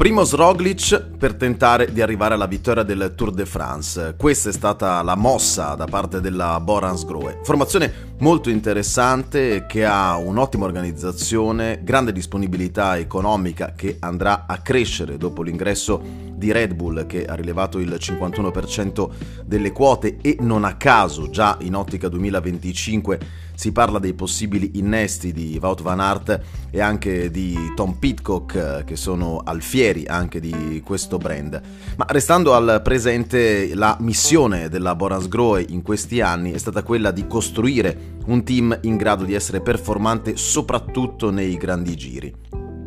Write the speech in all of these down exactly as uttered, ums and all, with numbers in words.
Primož Roglič per tentare di arrivare alla vittoria del Tour de France. Questa è stata la mossa da parte della Bora Hansgrohe. Formazione molto interessante che ha un'ottima organizzazione, grande disponibilità economica che andrà a crescere dopo l'ingresso di Red Bull, che ha rilevato il cinquantuno per cento delle quote, e non a caso già in ottica duemilaventicinque si parla dei possibili innesti di Wout van Aert e anche di Tom Pidcock, che sono alfieri anche di questo brand. Ma restando al presente, la missione della Bora Hansgrohe in questi anni è stata quella di costruire un team in grado di essere performante soprattutto nei grandi giri.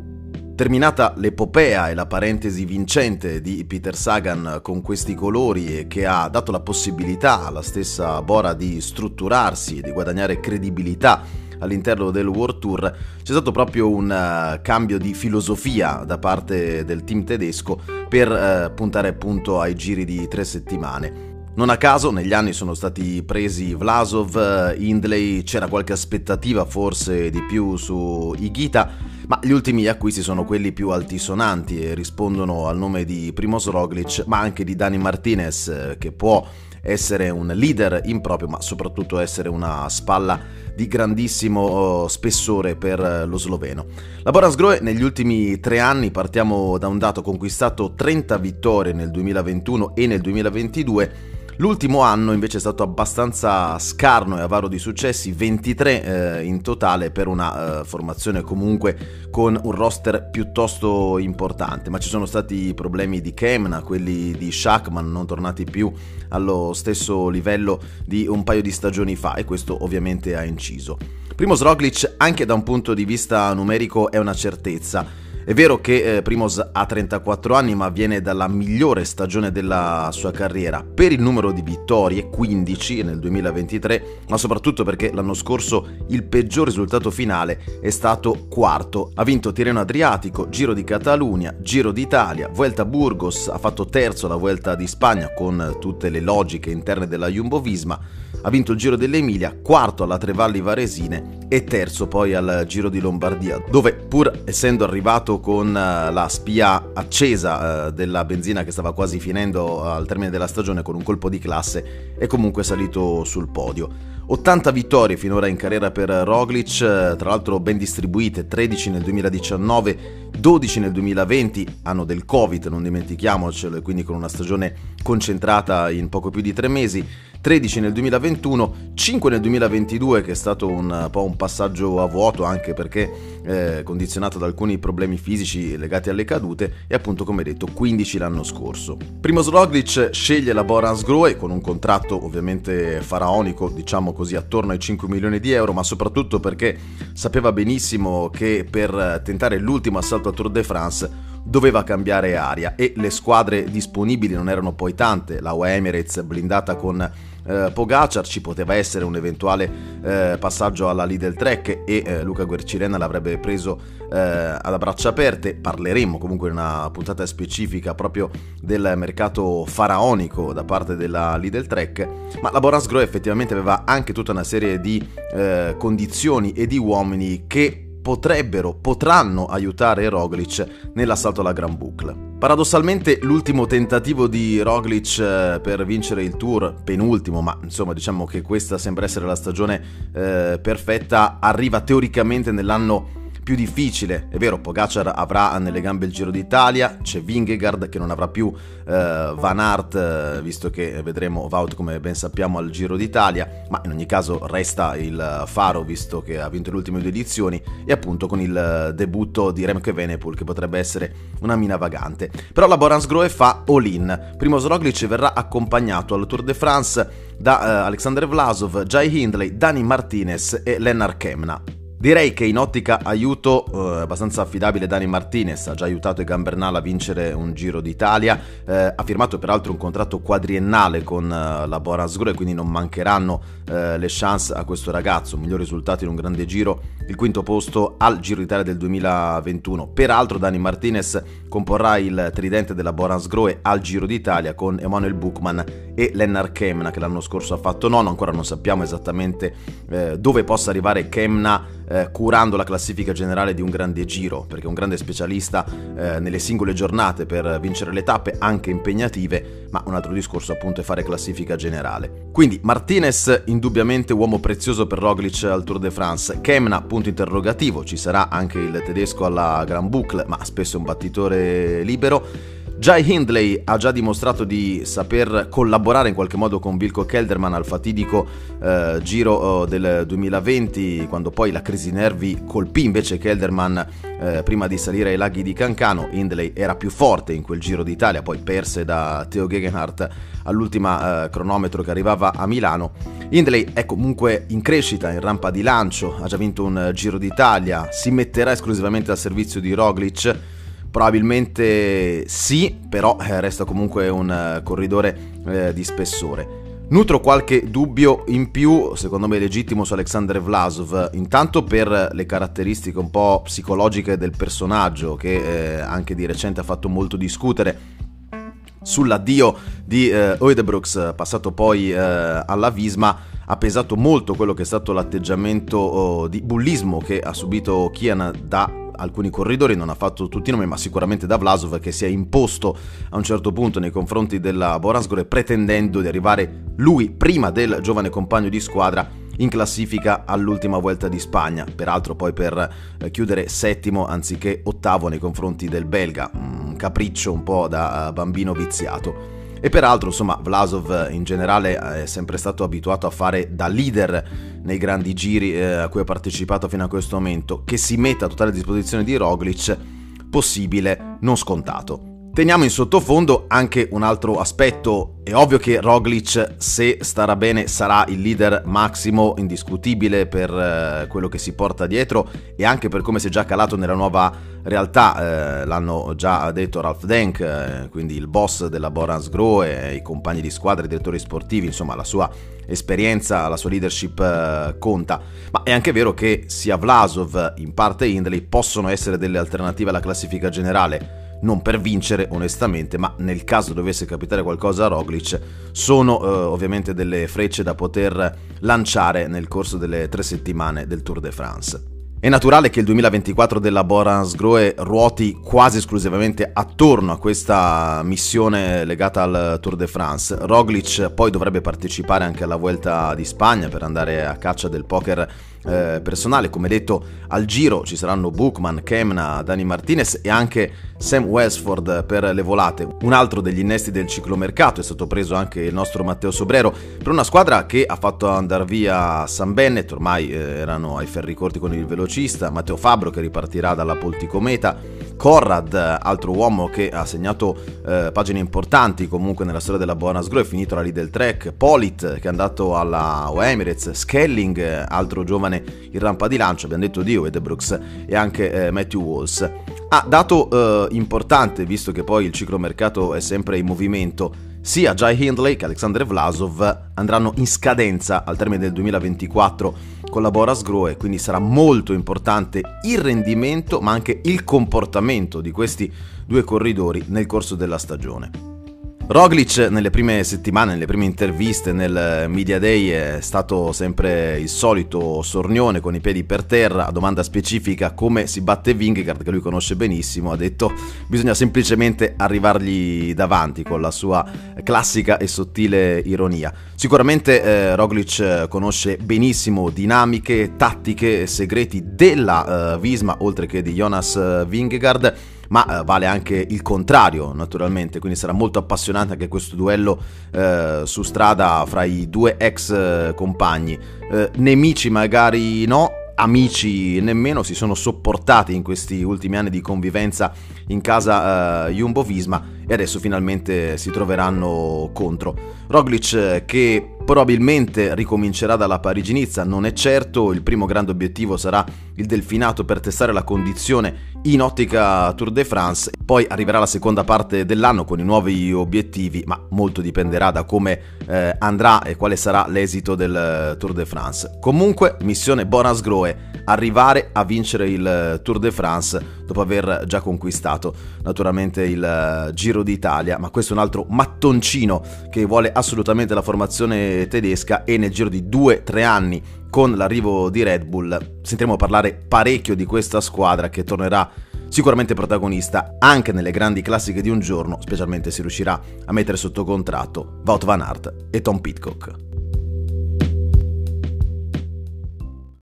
Terminata l'epopea e la parentesi vincente di Peter Sagan con questi colori, e che ha dato la possibilità alla stessa Bora di strutturarsi e di guadagnare credibilità all'interno del World Tour, c'è stato proprio un uh, cambio di filosofia da parte del team tedesco per uh, puntare appunto ai giri di tre settimane. Non a caso negli anni sono stati presi Vlasov, Hindley, c'era qualche aspettativa forse di più su Higuita, ma gli ultimi acquisti sono quelli più altisonanti e rispondono al nome di Primož Roglič, ma anche di Dani Martinez, che può essere un leader in proprio, ma soprattutto essere una spalla di grandissimo spessore per lo sloveno. La Bora Hansgrohe negli ultimi tre anni, partiamo da un dato, conquistato trenta vittorie nel duemilaventuno e nel duemilaventidue. L'ultimo anno invece è stato abbastanza scarno e avaro di successi, ventitré eh, in totale, per una eh, formazione comunque con un roster piuttosto importante, ma ci sono stati problemi di Kemna, quelli di Schachmann non tornati più allo stesso livello di un paio di stagioni fa, e questo ovviamente ha inciso. Primož Roglič anche da un punto di vista numerico è una certezza. È vero che eh, Primož ha trentaquattro anni, ma viene dalla migliore stagione della sua carriera per il numero di vittorie, quindici nel duemilaventitré, ma soprattutto perché l'anno scorso il peggior risultato finale è stato quarto. Ha vinto Tirreno Adriatico, Giro di Catalunya, Giro d'Italia, Vuelta a Burgos, ha fatto terzo alla Vuelta di Spagna con tutte le logiche interne della Jumbo-Visma, ha vinto il Giro dell'Emilia, quarto alla Tre Valli Varesine e terzo poi al Giro di Lombardia, dove pur essendo arrivato con la spia accesa della benzina che stava quasi finendo al termine della stagione, con un colpo di classe è comunque salito sul podio. ottanta vittorie finora in carriera per Roglič, tra l'altro ben distribuite, tredici nel duemiladiciannove, dodici nel duemilaventi, anno del Covid, non dimentichiamocelo, e quindi con una stagione concentrata in poco più di tre mesi, tredici nel duemilaventuno, cinque nel duemilaventidue, che è stato un po' un passaggio a vuoto, anche perché eh, condizionato da alcuni problemi fisici legati alle cadute, e appunto, come detto, quindici l'anno scorso. Primož Roglič sceglie la Bora Hansgrohe con un contratto ovviamente faraonico, diciamo così, attorno ai cinque milioni di euro, ma soprattutto perché sapeva benissimo che per tentare l'ultimo assalto al Tour de France doveva cambiare aria, e le squadre disponibili non erano poi tante. La U A E Emirates blindata con eh, Pogacar, ci poteva essere un eventuale eh, passaggio alla Lidl Trek, e eh, Luca Guercirena l'avrebbe preso eh, a braccia aperte. Parleremo comunque in una puntata specifica proprio del mercato faraonico da parte della Lidl Trek, ma la Bora Hansgrohe effettivamente aveva anche tutta una serie di eh, condizioni e di uomini che potrebbero, potranno aiutare Roglič nell'assalto alla Gran Boucle. Paradossalmente l'ultimo tentativo di Roglič per vincere il Tour, penultimo, ma insomma diciamo che questa sembra essere la stagione eh, perfetta, arriva teoricamente nell'anno più difficile. È vero, Pogacar avrà nelle gambe il Giro d'Italia, c'è Vingegaard che non avrà più eh, Van Aert, eh, visto che vedremo Wout, come ben sappiamo, al Giro d'Italia, ma in ogni caso resta il faro, visto che ha vinto le ultime due edizioni, e appunto con il debutto di Remco Evenepoel, che potrebbe essere una mina vagante. Però la Bora Hansgrohe fa all-in. Primož Roglič verrà accompagnato al Tour de France da eh, Alexander Vlasov, Jai Hindley, Dani Martinez e Lennart Kemna. Direi che in ottica aiuto eh, abbastanza affidabile Dani Martinez, ha già aiutato Egan Bernal a vincere un Giro d'Italia, eh, ha firmato peraltro un contratto quadriennale con eh, la Bora Hansgrohe, quindi non mancheranno eh, le chance a questo ragazzo. Miglior risultato in un grande giro, il quinto posto al Giro d'Italia del duemilaventuno. Peraltro Dani Martinez comporrà il tridente della Bora Hansgrohe al Giro d'Italia con Emanuel Buchmann e Lennart Kemna, che l'anno scorso ha fatto nono. Ancora non sappiamo esattamente eh, dove possa arrivare Kemna eh, curando la classifica generale di un grande giro, perché è un grande specialista eh, nelle singole giornate per vincere le tappe anche impegnative, ma un altro discorso appunto è fare classifica generale. Quindi Martinez indubbiamente uomo prezioso per Roglic al Tour de France, Kemna punto interrogativo, ci sarà anche il tedesco alla Grand Boucle, ma spesso è un battitore libero. Jai Hindley ha già dimostrato di saper collaborare in qualche modo con Wilco Kelderman al fatidico eh, Giro eh, del duemilaventi, quando poi la crisi nervi colpì invece Kelderman eh, prima di salire ai laghi di Cancano. Hindley era più forte in quel Giro d'Italia, poi perse da Theo Gegenhardt all'ultima eh, cronometro che arrivava a Milano. Hindley è comunque in crescita, in rampa di lancio, ha già vinto un Giro d'Italia, si metterà esclusivamente al servizio di Roglic? Probabilmente sì, però eh, resta comunque un uh, corridore eh, di spessore. Nutro qualche dubbio in più, secondo me legittimo, su Alexander Vlasov, intanto per le caratteristiche un po' psicologiche del personaggio, che eh, anche di recente ha fatto molto discutere sull'addio di eh, Uijtdebroeks, passato poi eh, alla Visma. Ha pesato molto quello che è stato l'atteggiamento oh, di bullismo che ha subito Kian da alcuni corridori, non ha fatto tutti i nomi, ma sicuramente da Vlasov, che si è imposto a un certo punto nei confronti della Bora-Hansgrohe, pretendendo di arrivare lui prima del giovane compagno di squadra in classifica all'ultima Vuelta di Spagna, peraltro poi per eh, chiudere settimo anziché ottavo nei confronti del belga, un capriccio un po' da uh, bambino viziato. E peraltro, insomma, Vlasov in generale è sempre stato abituato a fare da leader nei grandi giri eh, a cui ha partecipato fino a questo momento. Che si metta a totale disposizione di Roglic, possibile, non scontato. Teniamo in sottofondo anche un altro aspetto. È ovvio che Roglic, se starà bene, sarà il leader massimo indiscutibile per eh, quello che si porta dietro e anche per come si è già calato nella nuova realtà. Eh, l'hanno già detto Ralph Denk, eh, quindi il boss della Bora-Hansgrohe, i compagni di squadra, i direttori sportivi, insomma la sua esperienza, la sua leadership eh, conta. Ma è anche vero che sia Vlasov, in parte Hindley, possono essere delle alternative alla classifica generale. Non per vincere onestamente, ma nel caso dovesse capitare qualcosa a Roglic sono eh, ovviamente delle frecce da poter lanciare nel corso delle tre settimane del Tour de France. È naturale che il duemilaventiquattro della Bora-Hansgrohe ruoti quasi esclusivamente attorno a questa missione legata al Tour de France. Roglic poi dovrebbe partecipare anche alla Vuelta di Spagna per andare a caccia del poker eh, personale. Come detto, al Giro ci saranno Buchmann, Kemna, Dani Martinez e anche Sam Welsford per le volate. Un altro degli innesti del ciclomercato, è stato preso anche il nostro Matteo Sobrero per una squadra che ha fatto andare via Sam Bennett, ormai eh, erano ai ferri corti con il velocista, Matteo Fabro che ripartirà dalla Polticometa, Conrad, altro uomo che ha segnato eh, pagine importanti comunque nella storia della Bora-Hansgrohe, è finito la Lidl Trek, Polit che è andato alla Emirates, Skelling, altro giovane in rampa di lancio, abbiamo detto di Uijtdebroeks, e anche eh, Matthew Walsh. Ah, dato eh, importante, visto che poi il ciclomercato è sempre in movimento, sia Jai Hindley che Alexander Vlasov andranno in scadenza al termine del duemilaventiquattro con la Bora-Hansgrohe, quindi sarà molto importante il rendimento ma anche il comportamento di questi due corridori nel corso della stagione. Roglic nelle prime settimane, nelle prime interviste nel Media Day è stato sempre il solito sornione con i piedi per terra. A domanda specifica come si batte Vingegaard, che lui conosce benissimo, ha detto bisogna semplicemente arrivargli davanti, con la sua classica e sottile ironia. Sicuramente eh, Roglic conosce benissimo dinamiche, tattiche e segreti della uh, Visma, oltre che di Jonas Vingegaard, ma eh, vale anche il contrario naturalmente, quindi sarà molto appassionante anche questo duello eh, su strada fra i due ex eh, compagni, eh, nemici magari no, amici nemmeno, si sono sopportati in questi ultimi anni di convivenza in casa eh, Jumbo-Visma e adesso finalmente si troveranno contro. Roglic che probabilmente ricomincerà dalla Parigi-Nizza, non è certo, il primo grande obiettivo sarà il Delfinato per testare la condizione in ottica Tour de France, poi arriverà la seconda parte dell'anno con i nuovi obiettivi, ma molto dipenderà da come eh, andrà e quale sarà l'esito del Tour de France. Comunque, missione Bora-Hansgrohe, arrivare a vincere il Tour de France dopo aver già conquistato naturalmente il Giro Giro d'Italia, ma questo è un altro mattoncino che vuole assolutamente la formazione tedesca, e nel giro di due tre anni con l'arrivo di Red Bull sentiremo parlare parecchio di questa squadra che tornerà sicuramente protagonista anche nelle grandi classiche di un giorno, specialmente se riuscirà a mettere sotto contratto Wout van Aert e Tom Pidcock.